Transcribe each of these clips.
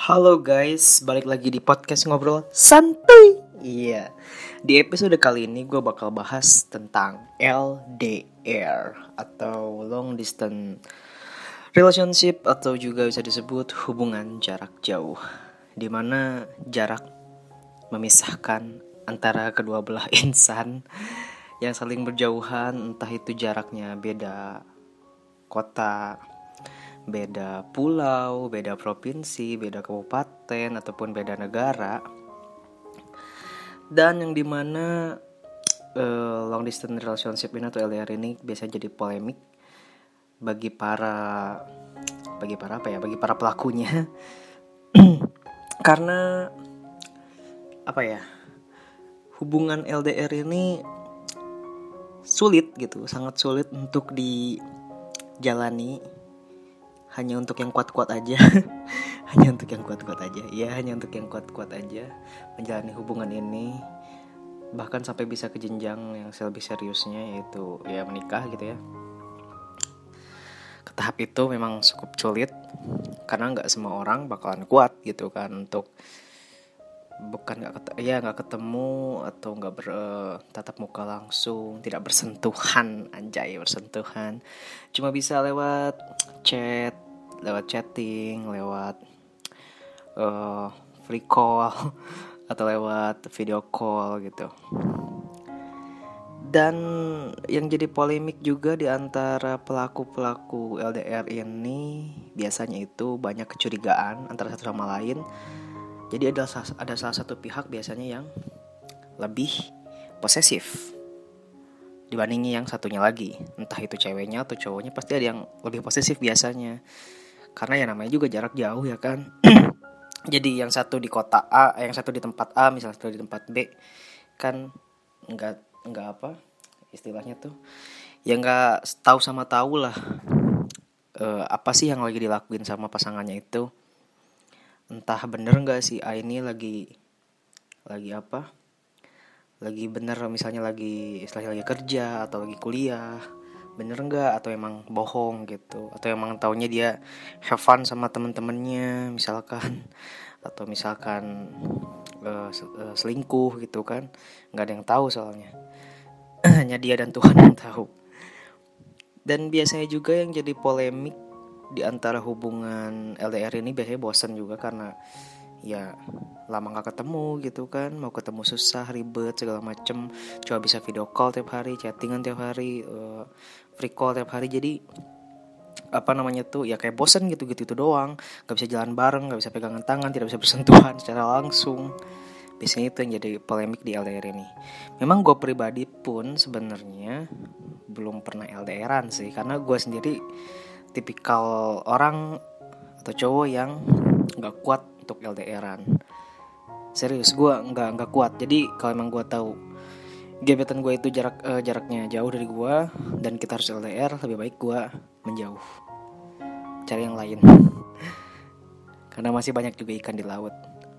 Halo guys, balik lagi di podcast ngobrol santuy. Iya, di episode kali ini gue bakal bahas tentang LDR atau long distance relationship atau juga bisa disebut hubungan jarak jauh, dimana jarak memisahkan antara kedua belah insan yang saling berjauhan, entah itu jaraknya beda kota, beda pulau, beda provinsi, beda kabupaten, ataupun beda negara. Dan yang dimana long distance relationship ini atau LDR ini biasanya jadi polemik bagi para pelakunya. Karena hubungan LDR ini sulit gitu, sangat sulit untuk dijalani. Hanya untuk yang kuat-kuat aja. Hanya untuk yang kuat-kuat aja. Ya, hanya untuk yang kuat-kuat aja menjalani hubungan ini. Bahkan sampai bisa ke jenjang yang lebih seriusnya, yaitu ya menikah gitu ya. Ke tahap itu memang cukup sulit, karena gak semua orang bakalan kuat gitu kan untuk nggak ketemu atau nggak bertatap muka langsung, tidak bersentuhan, bersentuhan, cuma bisa lewat chat, lewat chatting, lewat free call atau lewat video call gitu. Dan yang jadi polemik juga di antara pelaku LDR ini biasanya itu banyak kecurigaan antara satu sama lain. Jadi ada salah satu pihak biasanya yang lebih posesif dibandingin yang satunya lagi. Entah itu ceweknya atau cowoknya, pasti ada yang lebih posesif biasanya. Karena ya namanya juga jarak jauh ya kan. Jadi yang satu di kota A, yang satu di tempat A, misalnya satu di tempat B, kan nggak apa istilahnya tuh, ya nggak tahu sama tahu lah apa sih yang lagi dilakuin sama pasangannya itu. Entah bener nggak si A ini lagi bener, misalnya lagi kerja atau lagi kuliah, bener nggak, atau emang bohong gitu, atau emang taunya dia have fun sama temen-temennya misalkan, atau misalkan selingkuh gitu kan. Nggak ada yang tahu soalnya. Hanya dia dan Tuhan yang tahu. Dan biasanya juga yang jadi polemik di antara hubungan LDR ini biasanya bosan juga, karena ya lama gak ketemu gitu kan. Mau ketemu susah, ribet, segala macem. Cuma bisa video call tiap hari, chattingan tiap hari, free call tiap hari. Jadi ya kayak bosan gitu doang. Gak bisa jalan bareng, gak bisa pegangan tangan, tidak bisa bersentuhan secara langsung. Biasanya itu yang jadi polemik di LDR ini. Memang gue pribadi pun sebenarnya belum pernah LDRan sih, karena gue sendiri tipikal orang atau cowok yang nggak kuat untuk LDRan. Serius, gue nggak kuat. Jadi kalau emang gue tahu gebetan gue itu jaraknya jauh dari gue dan kita harus LDR, lebih baik gue menjauh, cari yang lain. Karena masih banyak juga ikan di laut.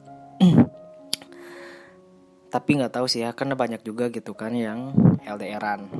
Tapi nggak tahu sih ya, karena banyak juga gitu kan yang LDRan.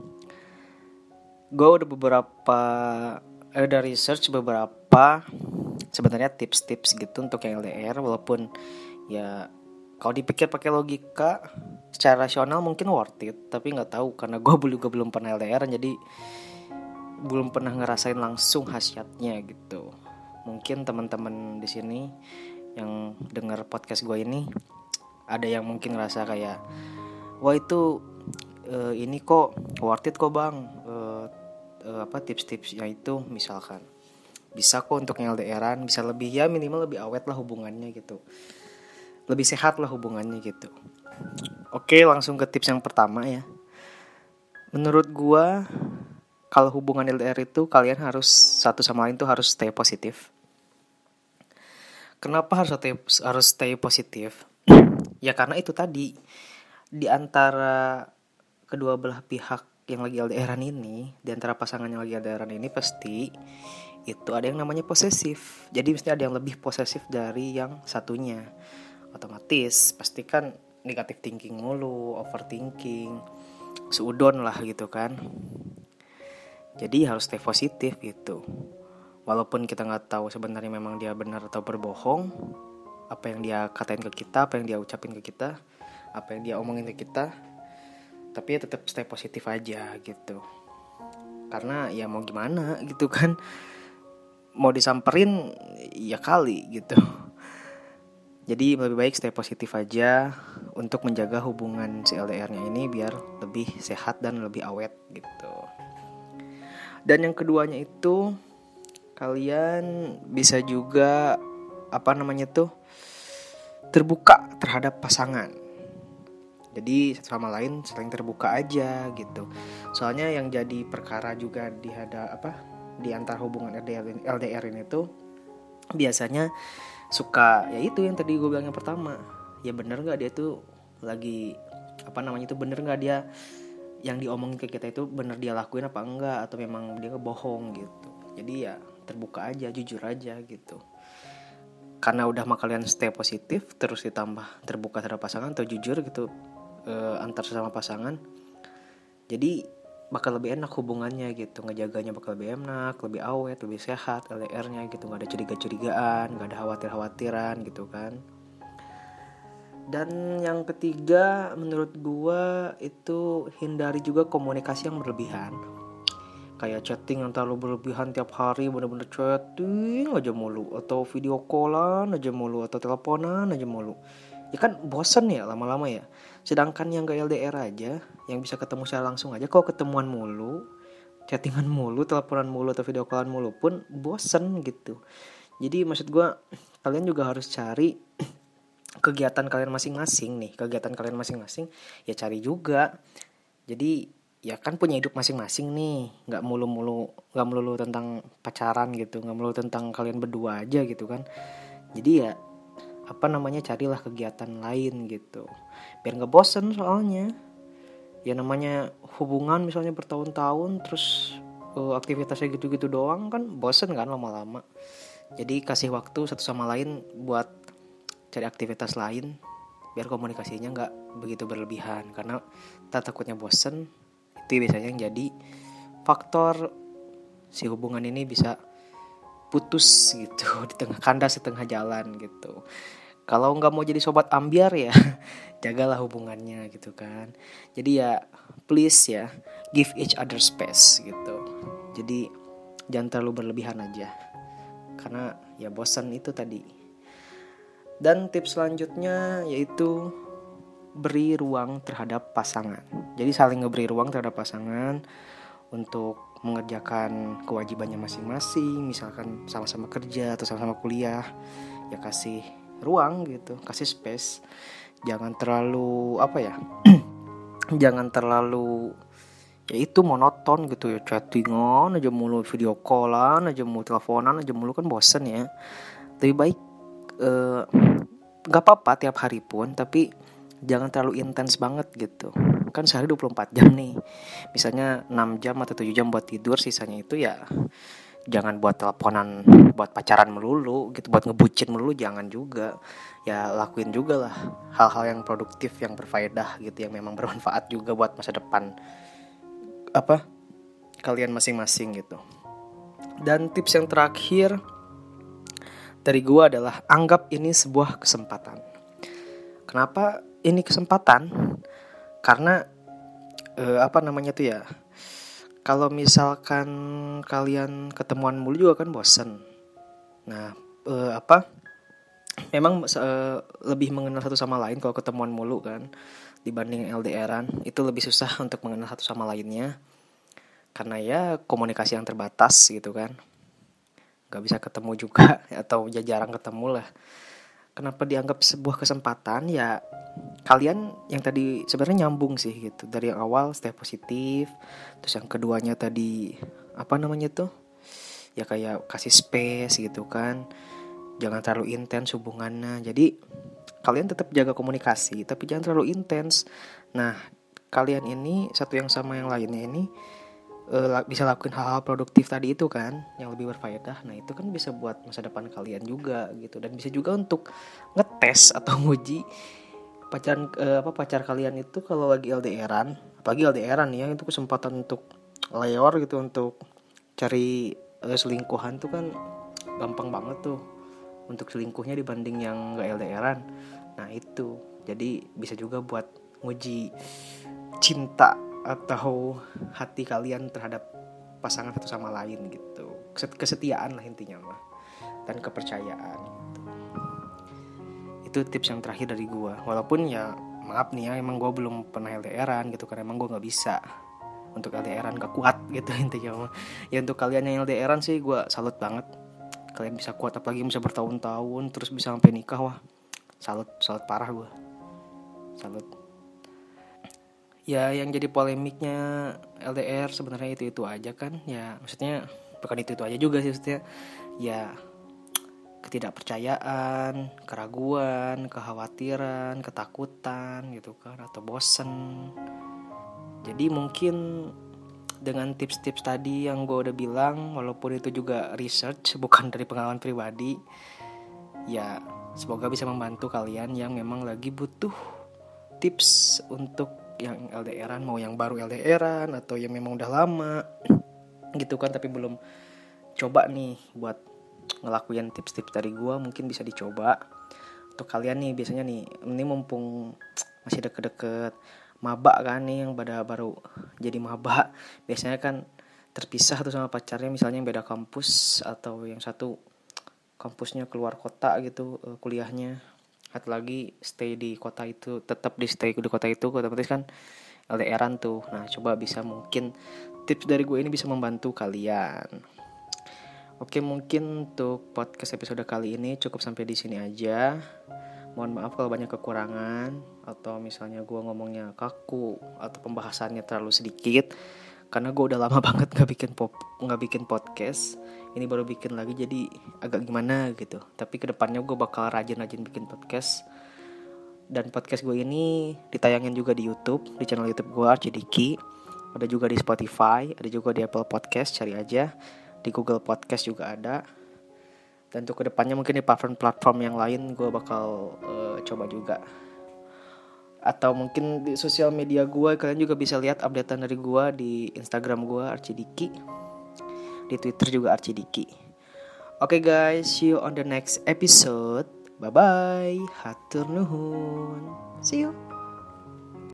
Gue udah research beberapa sebenarnya tips-tips gitu untuk yang LDR, walaupun ya kalau dipikir pakai logika secara rasional mungkin worth it, tapi nggak tahu karena gue juga belum pernah LDR, jadi belum pernah ngerasain langsung khasiatnya gitu. Mungkin teman-teman di sini yang dengar podcast gue ini ada yang mungkin ngerasa kayak, wah itu ini kok worth it kok bang, tips-tipsnya itu misalkan bisa kok untuk LDRan, bisa lebih, ya minimal lebih awet lah hubungannya gitu, lebih sehat lah hubungannya gitu. Oke, langsung ke tips yang pertama ya. Menurut gua, kalau hubungan LDR itu kalian harus satu sama lain tuh harus stay positif. Kenapa harus stay positif? Ya karena itu tadi, di antara kedua belah pihak yang lagi LDRan ini, di antara pasangan yang lagi LDRan ini pasti itu ada yang namanya posesif. Jadi mesti ada yang lebih posesif dari yang satunya. Otomatis pasti kan negative thinking mulu, overthinking, seudon lah gitu kan. Jadi harus stay positif gitu. walaupun kita nggak tahu sebenarnya memang dia benar atau berbohong, apa yang dia katain ke kita, apa yang dia ucapin ke kita, apa yang dia omongin ke kita, tapi ya tetap stay positif aja gitu. Karena ya mau gimana gitu kan, mau disamperin ya kali gitu. Jadi lebih baik stay positif aja untuk menjaga hubungan si LDR-nya ini biar lebih sehat dan lebih awet gitu. Dan yang keduanya itu, kalian bisa juga terbuka terhadap pasangan. Jadi satu sama lain saling terbuka aja gitu. Soalnya yang jadi perkara juga di antara hubungan LDR ini tuh biasanya suka ya itu yang tadi gue bilang yang pertama, ya bener nggak dia tuh lagi bener nggak dia yang diomongin ke kita itu bener dia lakuin apa enggak, atau memang dia bohong gitu. Jadi ya terbuka aja, jujur aja gitu. Karena udah mah kalian stay positif terus ditambah terbuka terhadap pasangan atau jujur gitu antar sesama pasangan, jadi bakal lebih enak hubungannya gitu, ngejaganya bakal lebih enak, lebih awet, lebih sehat LDR-nya gitu, nggak ada curiga-curigaan, nggak ada khawatir-khawatiran gitu kan. Dan yang ketiga menurut gua itu hindari juga komunikasi yang berlebihan, kayak chatting yang terlalu berlebihan tiap hari, bener-bener chatting aja mulu, atau video callan aja mulu, atau teleponan aja mulu. Ya kan bosen ya lama-lama ya. Sedangkan yang gak LDR aja, yang bisa ketemu secara langsung aja, kalau ketemuan mulu, chattingan mulu, teleponan mulu, atau video callan mulu pun bosen gitu. Jadi maksud gue, kalian juga harus cari kegiatan kalian masing-masing nih. Kegiatan kalian masing-masing ya cari juga. Jadi ya kan punya hidup masing-masing nih, nggak melulu tentang pacaran gitu, nggak melulu tentang kalian berdua aja gitu kan. Jadi ya carilah kegiatan lain gitu, biar nggak bosen. Soalnya ya namanya hubungan misalnya bertahun-tahun terus aktivitasnya gitu-gitu doang kan bosen kan lama-lama. Jadi kasih waktu satu sama lain buat cari aktivitas lain biar komunikasinya nggak begitu berlebihan, karena takutnya bosen. Itu biasanya yang jadi faktor si hubungan ini bisa putus gitu di tengah kandas, di tengah jalan gitu. Kalau nggak mau jadi sobat ambyar ya jagalah hubungannya gitu kan. Jadi ya please ya, give each other space gitu. Jadi jangan terlalu berlebihan aja, karena ya bosan itu tadi. Dan tips selanjutnya yaitu beri ruang terhadap pasangan. Jadi saling ngeberi ruang terhadap pasangan untuk mengerjakan kewajibannya masing-masing. Misalkan sama-sama kerja atau sama-sama kuliah, ya kasih ruang gitu, kasih space. Jangan terlalu jangan terlalu ya itu monoton gitu ya, chattingan aja mulu, video callan aja mulu, teleponan aja mulu, kan bosen ya. Lebih baik gak apa-apa tiap hari pun, tapi jangan terlalu intens banget gitu. Kan sehari 24 jam nih, misalnya 6 jam atau 7 jam buat tidur, sisanya itu ya jangan buat teleponan, buat pacaran melulu gitu, buat ngebucin melulu, jangan juga. Ya lakuin juga lah hal-hal yang produktif, yang berfaedah gitu, yang memang bermanfaat juga buat masa depan kalian masing-masing gitu. Dan tips yang terakhir dari gua adalah anggap ini sebuah kesempatan. Kenapa ini kesempatan? Karena kalau misalkan kalian ketemuan mulu juga kan bosen. Nah, memang lebih mengenal satu sama lain kalau ketemuan mulu kan, dibanding LDRan. Itu lebih susah untuk mengenal satu sama lainnya, karena ya komunikasi yang terbatas gitu kan, gak bisa ketemu juga atau jarang ketemu lah. Kenapa dianggap sebuah kesempatan? Ya kalian yang tadi sebenarnya nyambung sih gitu, dari yang awal stay positif, terus yang keduanya tadi ya kayak kasih space gitu kan, jangan terlalu intens hubungannya. Jadi kalian tetap jaga komunikasi tapi jangan terlalu intens. Nah, kalian ini satu yang sama yang lainnya ini bisa lakuin hal-hal produktif tadi itu kan, yang lebih berfaedah. Nah itu kan bisa buat masa depan kalian juga gitu, dan bisa juga untuk ngetes atau nguji pacar kalian itu kalau lagi LDRan. Apalagi LDRan ya, itu kesempatan untuk layor gitu, untuk cari selingkuhan tuh kan gampang banget tuh untuk selingkuhnya dibanding yang gak LDRan. Nah itu, jadi bisa juga buat nguji cinta atau hati kalian terhadap pasangan satu sama lain gitu. Kesetiaan lah intinya mah, dan kepercayaan gitu. Itu tips yang terakhir dari gue. Walaupun ya maaf nih ya, emang gue belum pernah LDRan gitu, karena emang gue gak bisa untuk LDRan, gak kuat gitu intinya. Ya untuk kalian yang LDRan sih gue salut banget. Kalian bisa kuat, apalagi bisa bertahun-tahun terus bisa sampai nikah. Wah salut parah gue, salut. Ya yang jadi polemiknya LDR sebenarnya itu aja kan. Ya maksudnya bukan itu aja juga sih, maksudnya ya ketidakpercayaan, keraguan, kekhawatiran, ketakutan gitu kan, atau bosen. Jadi mungkin dengan tips-tips tadi yang gue udah bilang, walaupun itu juga research bukan dari pengalaman pribadi, ya semoga bisa membantu kalian yang memang lagi butuh tips untuk yang LDRan, mau yang baru LDRan atau yang memang udah lama gitu kan, tapi belum coba nih buat ngelakuin tips-tips dari gue. Mungkin bisa dicoba untuk kalian nih. Biasanya nih, ini mumpung masih deket-deket maba kan nih, yang baru jadi maba biasanya kan terpisah tuh sama pacarnya, misalnya yang beda kampus atau yang satu kampusnya keluar kota gitu kuliahnya, atau lagi stay di kota itu, tetap di stay di kota itu, otomatis kan LDRan tuh. Nah coba bisa, mungkin tips dari gue ini bisa membantu kalian. Oke, mungkin untuk podcast episode kali ini cukup sampai di sini aja. Mohon maaf kalau banyak kekurangan, atau misalnya gue ngomongnya kaku atau pembahasannya terlalu sedikit, karena gue udah lama banget nggak bikin podcast. Ini baru bikin lagi, jadi agak gimana gitu. Tapi kedepannya gue bakal rajin bikin podcast. Dan podcast gue ini ditayangin juga di YouTube, di channel YouTube gue Archie Diki. Ada juga di Spotify, ada juga di Apple Podcast, cari aja. Di Google Podcast juga ada. Dan untuk kedepannya mungkin di platform yang lain gue bakal coba juga. Atau mungkin di sosial media gue, kalian juga bisa lihat updatean dari gue di Instagram gue Archie Diki, di Twitter juga Archie Diki. Oke guys, see you on the next episode. Bye bye, hatur nuhun, see you.